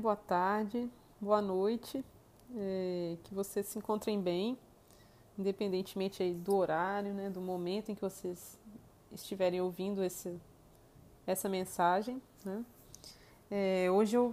boa tarde, boa noite, que vocês se encontrem bem, independentemente aí do horário, né, do momento em que vocês estiverem ouvindo essa mensagem, né. Hoje eu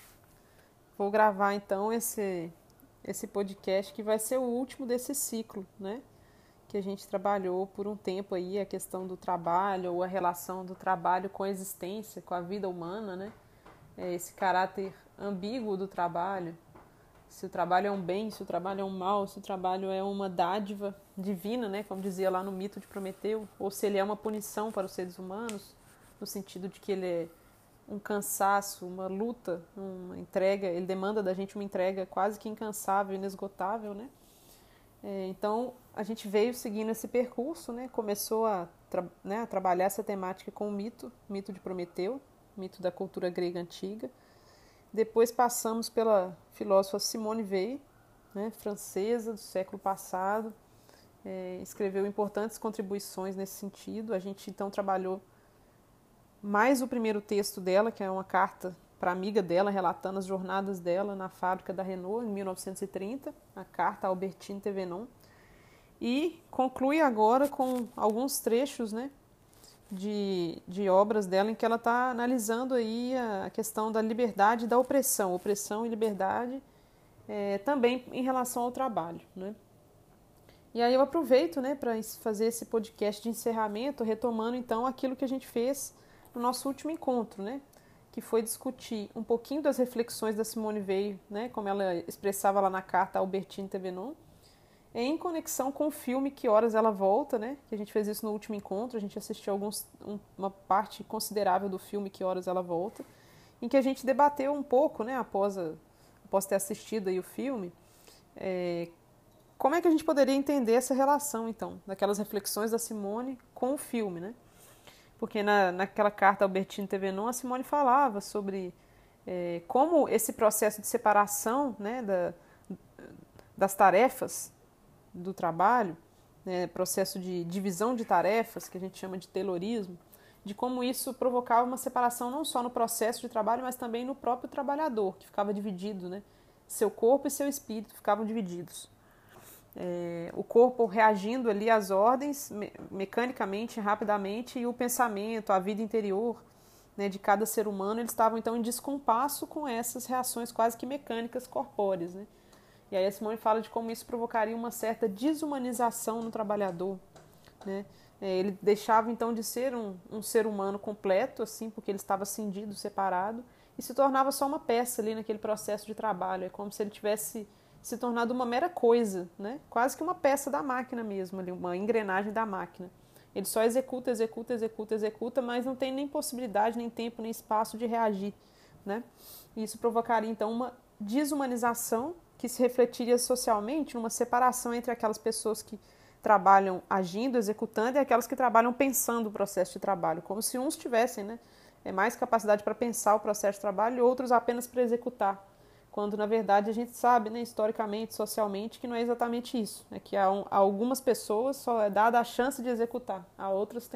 vou gravar então esse podcast que vai ser o último desse ciclo, né, que a gente trabalhou por um tempo aí, a questão do trabalho ou a relação do trabalho com a existência, com a vida humana, né, esse caráter ambíguo do trabalho, se o trabalho é um bem, se o trabalho é um mal, se o trabalho é uma dádiva divina, né, como dizia lá no mito de Prometeu, ou se ele é uma punição para os seres humanos, no sentido de que ele é um cansaço, uma luta, uma entrega, ele demanda da gente uma entrega quase que incansável, inesgotável, né? Então, a gente veio seguindo esse percurso, né? Começou a trabalhar essa temática com o mito de Prometeu, mito da cultura grega antiga. Depois passamos pela filósofa Simone Weil, né, francesa do século passado, escreveu importantes contribuições nesse sentido. A gente então trabalhou mais o primeiro texto dela, que é uma carta para a amiga dela, relatando as jornadas dela na fábrica da Renault em 1930, a carta Albertine Thévenon, e conclui agora com alguns trechos, né, de obras dela em que ela está analisando aí a questão da liberdade e da opressão e liberdade também em relação ao trabalho, né? E aí eu aproveito, né, para fazer esse podcast de encerramento, retomando então aquilo que a gente fez no nosso último encontro, né, que foi discutir um pouquinho das reflexões da Simone Weil, né, como ela expressava lá na carta Albertine Thévenon, em conexão com o filme Que Horas Ela Volta, né? Que a gente fez isso no último encontro, a gente assistiu uma parte considerável do filme Que Horas Ela Volta, em que a gente debateu um pouco, né, após ter assistido aí o filme, como é que a gente poderia entender essa relação, então, daquelas reflexões da Simone com o filme, né? Porque naquela carta Albertine Thévenon, a Simone falava sobre como esse processo de separação, né, das tarefas do trabalho, né, processo de divisão de tarefas, que a gente chama de taylorismo, de como isso provocava uma separação não só no processo de trabalho, mas também no próprio trabalhador, que ficava dividido, né? Seu corpo e seu espírito ficavam divididos. O corpo reagindo ali às ordens, mecanicamente, rapidamente, e o pensamento, a vida interior, né, de cada ser humano, eles estavam então em descompasso com essas reações quase que mecânicas corpóreas, né? E aí a Simone fala de como isso provocaria uma certa desumanização no trabalhador, né? Ele deixava então de ser um ser humano completo, assim, porque ele estava cindido, separado, e se tornava só uma peça ali naquele processo de trabalho. É como se ele tivesse se tornado uma mera coisa, né? Quase que uma peça da máquina mesmo, ali, uma engrenagem da máquina. Ele só executa, executa, executa, executa, mas não tem nem possibilidade, nem tempo, nem espaço de reagir, né? E isso provocaria então uma desumanização que se refletiria socialmente numa separação entre aquelas pessoas que trabalham agindo, executando, e aquelas que trabalham pensando o processo de trabalho, como se uns tivessem, né, mais capacidade para pensar o processo de trabalho e outros apenas para executar, quando na verdade a gente sabe, né, historicamente, socialmente, que não é exatamente isso, é que a algumas pessoas só é dada a chance de executar, para outras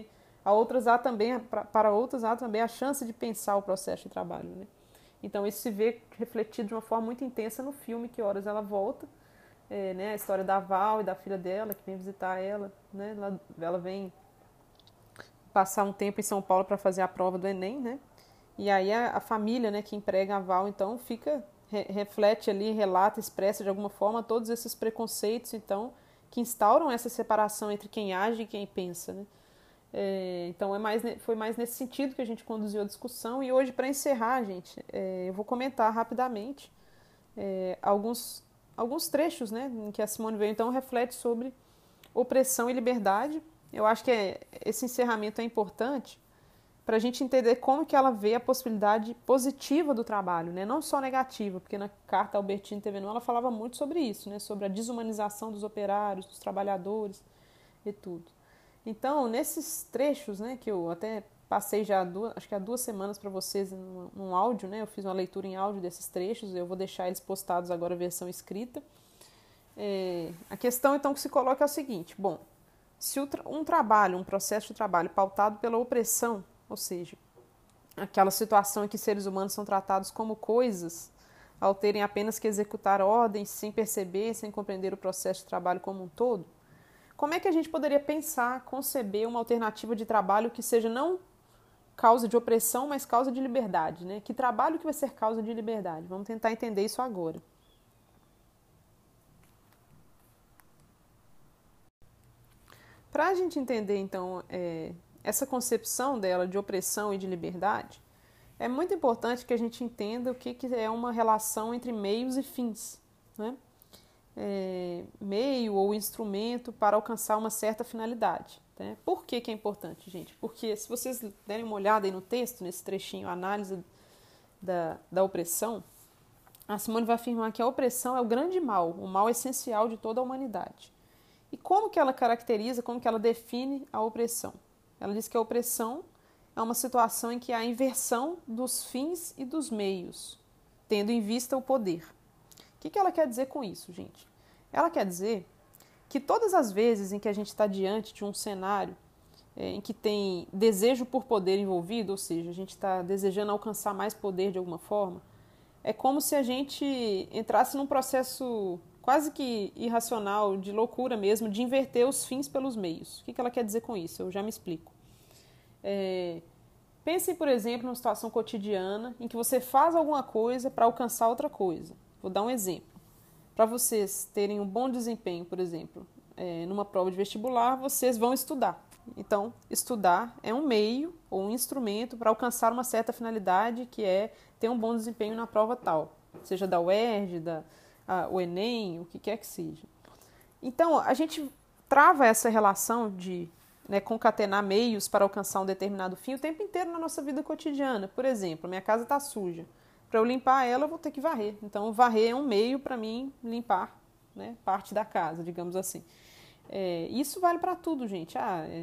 há também a chance de pensar o processo de trabalho, né? Então isso se vê refletido de uma forma muito intensa no filme Que Horas Ela Volta, né, a história da Val e da filha dela, que vem visitar ela, né, ela vem passar um tempo em São Paulo para fazer a prova do Enem, né, e aí a família, né, que emprega a Val, então reflete ali, relata, expressa de alguma forma todos esses preconceitos, então, que instauram essa separação entre quem age e quem pensa, né. Então foi mais nesse sentido que a gente conduziu a discussão. E hoje, para encerrar, gente, eu vou comentar rapidamente alguns trechos, né, em que a Simone Weil então reflete sobre opressão e liberdade. Eu acho que esse encerramento é importante para a gente entender como que ela vê a possibilidade positiva do trabalho, né, não só negativa, porque na carta Albertine Thévenon ela falava muito sobre isso, né, sobre a desumanização dos operários, dos trabalhadores e tudo. Então, nesses trechos, né, que eu até passei já acho que há 2 semanas para vocês num áudio, né, eu fiz uma leitura em áudio desses trechos, eu vou deixar eles postados agora, a versão escrita. A questão, então, que se coloca é o seguinte: bom, se um processo de trabalho pautado pela opressão, ou seja, aquela situação em que seres humanos são tratados como coisas, ao terem apenas que executar ordens sem perceber, sem compreender o processo de trabalho como um todo, como é que a gente poderia pensar, conceber uma alternativa de trabalho que seja não causa de opressão, mas causa de liberdade, né? Que trabalho que vai ser causa de liberdade? Vamos tentar entender isso agora. Para a gente entender, então, essa concepção dela de opressão e de liberdade, é muito importante que a gente entenda o que é uma relação entre meios e fins, né? Meio ou instrumento para alcançar uma certa finalidade. Né? Por que é importante, gente? Porque se vocês derem uma olhada aí no texto, nesse trechinho, a análise da opressão, a Simone vai afirmar que a opressão é o grande mal, o mal essencial de toda a humanidade. E como que ela caracteriza, como que ela define a opressão? Ela diz que a opressão é uma situação em que há inversão dos fins e dos meios, tendo em vista o poder. O que ela quer dizer com isso, gente? Ela quer dizer que todas as vezes em que a gente está diante de um cenário em que tem desejo por poder envolvido, ou seja, a gente está desejando alcançar mais poder de alguma forma, é como se a gente entrasse num processo quase que irracional, de loucura mesmo, de inverter os fins pelos meios. O que ela quer dizer com isso? Eu já me explico. Pensem, por exemplo, numa situação cotidiana em que você faz alguma coisa para alcançar outra coisa. Vou dar um exemplo. Para vocês terem um bom desempenho, por exemplo, numa prova de vestibular, vocês vão estudar. Então, estudar é um meio ou um instrumento para alcançar uma certa finalidade, que é ter um bom desempenho na prova tal, seja da UERJ, o Enem, o que quer que seja. Então, a gente trava essa relação de concatenar meios para alcançar um determinado fim o tempo inteiro na nossa vida cotidiana. Por exemplo, minha casa está suja. Para eu limpar ela, eu vou ter que varrer. Então, varrer é um meio para mim limpar, né, parte da casa, digamos assim. Isso vale para tudo, gente.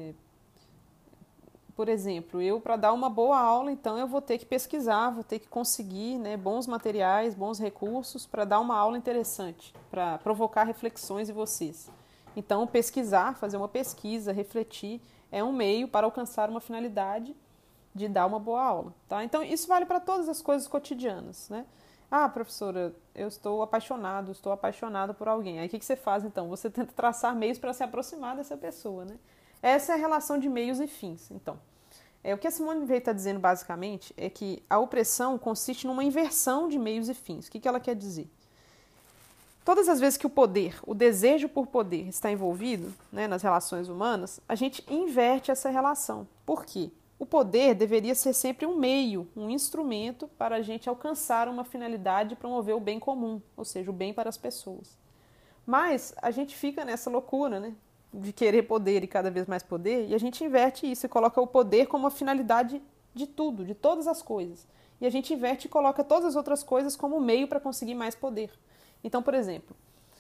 Por exemplo, eu, para dar uma boa aula, então eu vou ter que pesquisar, vou ter que conseguir, né, bons materiais, bons recursos para dar uma aula interessante, para provocar reflexões em vocês. Então, pesquisar, fazer uma pesquisa, refletir, é um meio para alcançar uma finalidade de dar uma boa aula. Tá? Então, isso vale para todas as coisas cotidianas. Né? Professora, eu estou apaixonada por alguém. Aí, o que você faz, então? Você tenta traçar meios para se aproximar dessa pessoa. Né? Essa é a relação de meios e fins. Então, o que a Simone Weil está dizendo, basicamente, é que a opressão consiste numa inversão de meios e fins. O que ela quer dizer? Todas as vezes que o poder, o desejo por poder está envolvido, né, nas relações humanas, a gente inverte essa relação. Por quê? O poder deveria ser sempre um meio, um instrumento para a gente alcançar uma finalidade de promover o bem comum, ou seja, o bem para as pessoas. Mas a gente fica nessa loucura, né, de querer poder e cada vez mais poder, e a gente inverte isso e coloca o poder como a finalidade de tudo, de todas as coisas. E a gente inverte e coloca todas as outras coisas como meio para conseguir mais poder. Então, por exemplo,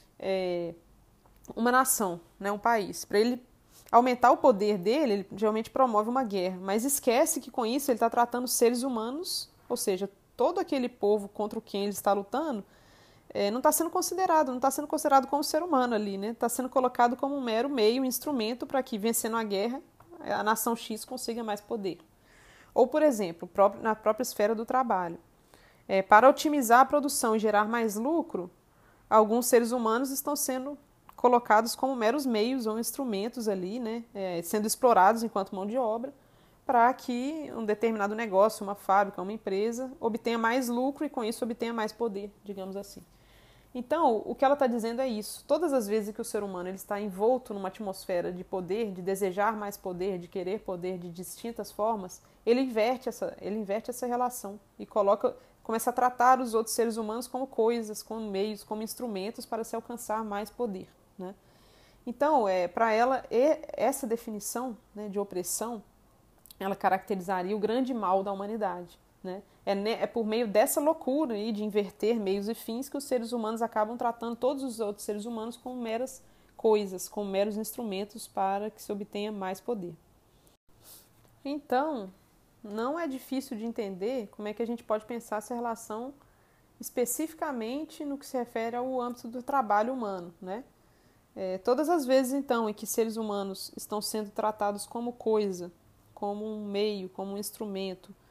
uma nação, né, um país, para ele aumentar o poder dele, ele geralmente promove uma guerra, mas esquece que com isso ele está tratando seres humanos, ou seja, todo aquele povo contra quem ele está lutando, não está sendo considerado como ser humano ali, né? Está sendo colocado como um mero meio, um instrumento para que, vencendo a guerra, a nação X consiga mais poder. Ou, por exemplo, na própria esfera do trabalho. Para otimizar a produção e gerar mais lucro, alguns seres humanos estão sendo colocados como meros meios ou instrumentos ali, né, sendo explorados enquanto mão de obra, para que um determinado negócio, uma fábrica, uma empresa, obtenha mais lucro e com isso obtenha mais poder, digamos assim. Então, o que ela está dizendo é isso. Todas as vezes que o ser humano ele está envolto numa atmosfera de poder, de desejar mais poder, de querer poder de distintas formas, ele inverte essa relação e começa a tratar os outros seres humanos como coisas, como meios, como instrumentos para se alcançar mais poder. Né? Então, para ela, essa definição, né, de opressão, ela caracterizaria o grande mal da humanidade. Né? É por meio dessa loucura aí de inverter meios e fins que os seres humanos acabam tratando todos os outros seres humanos como meras coisas, como meros instrumentos para que se obtenha mais poder. Então, não é difícil de entender como é que a gente pode pensar essa relação especificamente no que se refere ao âmbito do trabalho humano. Né? Todas as vezes, então, em que seres humanos estão sendo tratados como coisa, como um meio, como um instrumento,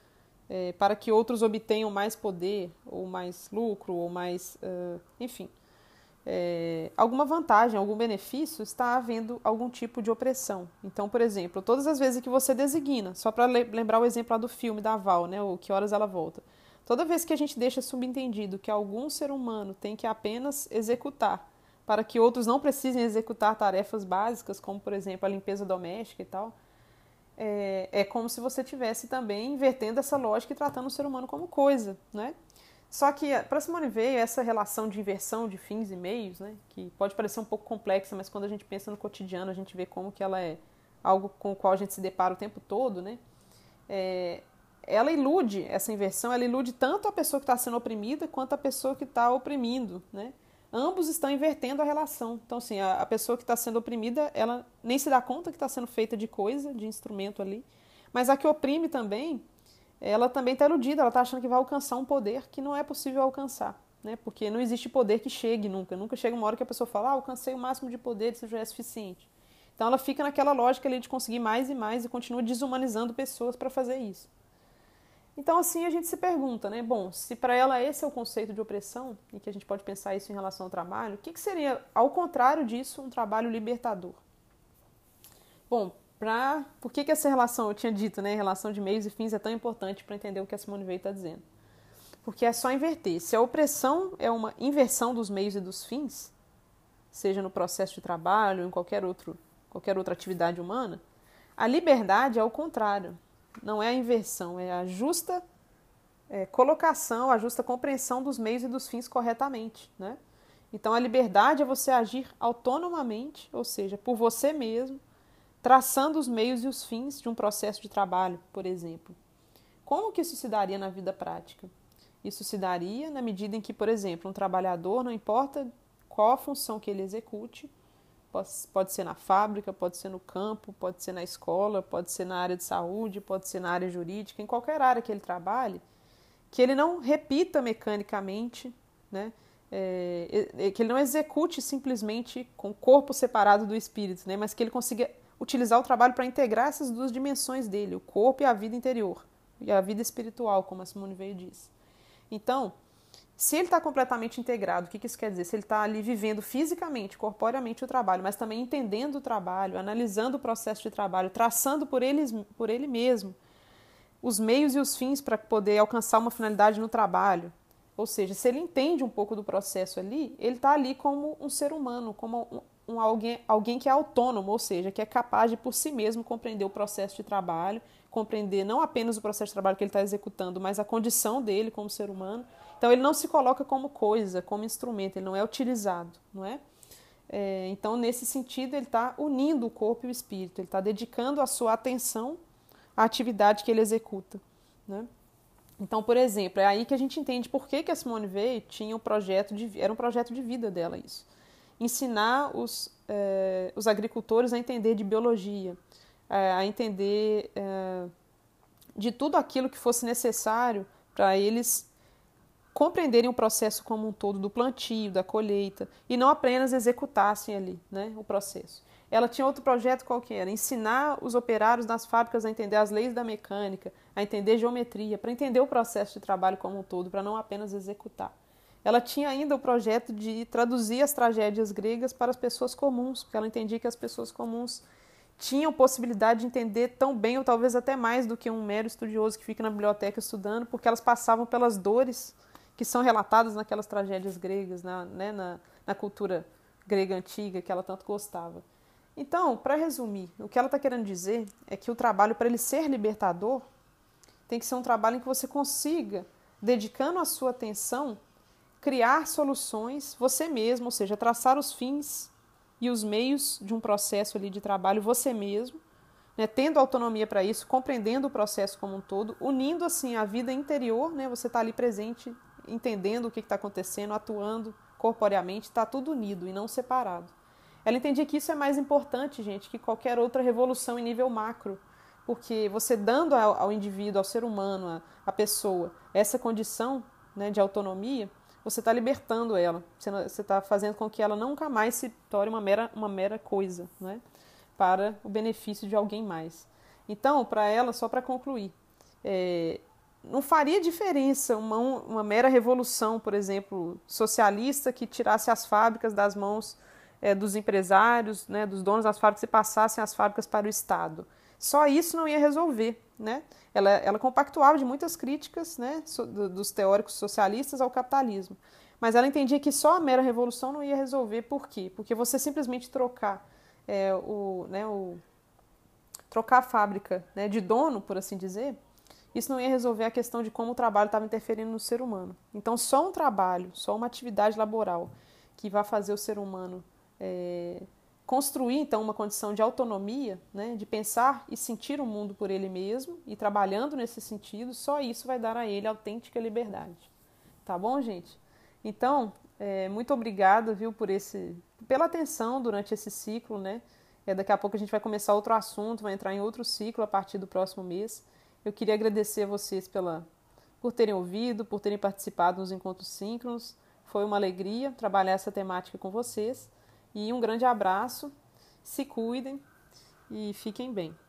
para que outros obtenham mais poder, ou mais lucro, ou mais, enfim, alguma vantagem, algum benefício, está havendo algum tipo de opressão. Então, por exemplo, todas as vezes que você designa, só para lembrar o exemplo lá do filme da Val, né, o Que Horas Ela Volta, toda vez que a gente deixa subentendido que algum ser humano tem que apenas executar, para que outros não precisem executar tarefas básicas, como, por exemplo, a limpeza doméstica e tal, é como se você estivesse também invertendo essa lógica e tratando o ser humano como coisa, né? Só que, para Simone Weil, essa relação de inversão de fins e meios, né, que pode parecer um pouco complexa, mas quando a gente pensa no cotidiano, a gente vê como que ela é algo com o qual a gente se depara o tempo todo, né? Ela ilude, essa inversão, ela ilude tanto a pessoa que está sendo oprimida quanto a pessoa que está oprimindo, né? Ambos estão invertendo a relação. Então, assim, a pessoa que está sendo oprimida, ela nem se dá conta que está sendo feita de coisa, de instrumento ali, mas a que oprime também, ela também está iludida, ela está achando que vai alcançar um poder que não é possível alcançar, né? Porque não existe poder que chegue nunca. Nunca chega uma hora que a pessoa fala, alcancei o máximo de poder, isso já é suficiente. Então ela fica naquela lógica ali de conseguir mais e mais e continua desumanizando pessoas para fazer isso. Então assim a gente se pergunta, né? Bom, se para ela esse é o conceito de opressão, e que a gente pode pensar isso em relação ao trabalho, o que seria, ao contrário disso, um trabalho libertador? Bom, por que essa relação, eu tinha dito, né, relação de meios e fins é tão importante para entender o que a Simone Weil está dizendo? Porque é só inverter. Se a opressão é uma inversão dos meios e dos fins, seja no processo de trabalho ou em qualquer outra atividade humana, a liberdade é o contrário. Não é a inversão, é a justa colocação, a justa compreensão dos meios e dos fins corretamente, né? Então a liberdade é você agir autonomamente, ou seja, por você mesmo, traçando os meios e os fins de um processo de trabalho, por exemplo. Como que isso se daria na vida prática? Isso se daria na medida em que, por exemplo, um trabalhador, não importa qual a função que ele execute, pode ser na fábrica, pode ser no campo, pode ser na escola, pode ser na área de saúde, pode ser na área jurídica, em qualquer área que ele trabalhe, que ele não repita mecanicamente, né? Que ele não execute simplesmente com o corpo separado do espírito, né? Mas que ele consiga utilizar o trabalho para integrar essas duas dimensões dele, o corpo e a vida interior, e a vida espiritual, como a Simone Weil diz. Então, se ele está completamente integrado, o que isso quer dizer? Se ele está ali vivendo fisicamente, corporeamente o trabalho, mas também entendendo o trabalho, analisando o processo de trabalho, traçando por ele mesmo os meios e os fins para poder alcançar uma finalidade no trabalho. Ou seja, se ele entende um pouco do processo ali, ele está ali como um ser humano, como alguém que é autônomo, ou seja, que é capaz de por si mesmo compreender o processo de trabalho, compreender não apenas o processo de trabalho que ele está executando, mas a condição dele como ser humano. Então ele não se coloca como coisa, como instrumento, ele não é utilizado, não é? Então, nesse sentido, ele está unindo o corpo e o espírito, ele está dedicando a sua atenção à atividade que ele executa, né? Então, por exemplo, é aí que a gente entende por que a Simone Weil tinha era um projeto de vida dela isso. Ensinar os agricultores a entender de biologia, a entender de tudo aquilo que fosse necessário para eles compreenderem o processo como um todo do plantio, da colheita, e não apenas executassem ali, né, o processo. Ela tinha outro projeto qualquer, ensinar os operários nas fábricas a entender as leis da mecânica, a entender geometria, para entender o processo de trabalho como um todo, para não apenas executar. Ela tinha ainda o projeto de traduzir as tragédias gregas para as pessoas comuns, porque ela entendia que as pessoas comuns tinham possibilidade de entender tão bem, ou talvez até mais do que um mero estudioso que fica na biblioteca estudando, porque elas passavam pelas dores que são relatadas naquelas tragédias gregas, na cultura grega antiga, que ela tanto gostava. Então, para resumir, o que ela está querendo dizer é que o trabalho, para ele ser libertador, tem que ser um trabalho em que você consiga, dedicando a sua atenção, criar soluções você mesmo, ou seja, traçar os fins e os meios de um processo ali de trabalho você mesmo, né, tendo autonomia para isso, compreendendo o processo como um todo, unindo assim a vida interior, né, você está ali presente, entendendo o que está acontecendo, atuando corporeamente, está tudo unido e não separado. Ela entendia que isso é mais importante, gente, que qualquer outra revolução em nível macro, porque você dando ao indivíduo, ao ser humano, à pessoa, essa condição, né, de autonomia, você está libertando ela, você está fazendo com que ela nunca mais se torne uma mera coisa, né, para o benefício de alguém mais. Então, para ela, só para concluir, não faria diferença uma mera revolução, por exemplo, socialista que tirasse as fábricas das mãos dos empresários, né, dos donos das fábricas e passassem as fábricas para o Estado. Só isso não ia resolver, né? Ela compactuava de muitas críticas, né, dos teóricos socialistas ao capitalismo. Mas ela entendia que só a mera revolução não ia resolver. Por quê? Porque você simplesmente trocar trocar a fábrica, né, de dono, por assim dizer, isso não ia resolver a questão de como o trabalho estava interferindo no ser humano. Então, só um trabalho, só uma atividade laboral que vai fazer o ser humano construir, então, uma condição de autonomia, né, de pensar e sentir o mundo por ele mesmo e trabalhando nesse sentido, só isso vai dar a ele autêntica liberdade. Tá bom, gente? Então, muito obrigada, viu, pela atenção durante esse ciclo, né? Daqui a pouco a gente vai começar outro assunto, vai entrar em outro ciclo a partir do próximo mês. Eu queria agradecer a vocês por terem ouvido, por terem participado nos encontros síncronos. Foi uma alegria trabalhar essa temática com vocês. E um grande abraço, se cuidem e fiquem bem.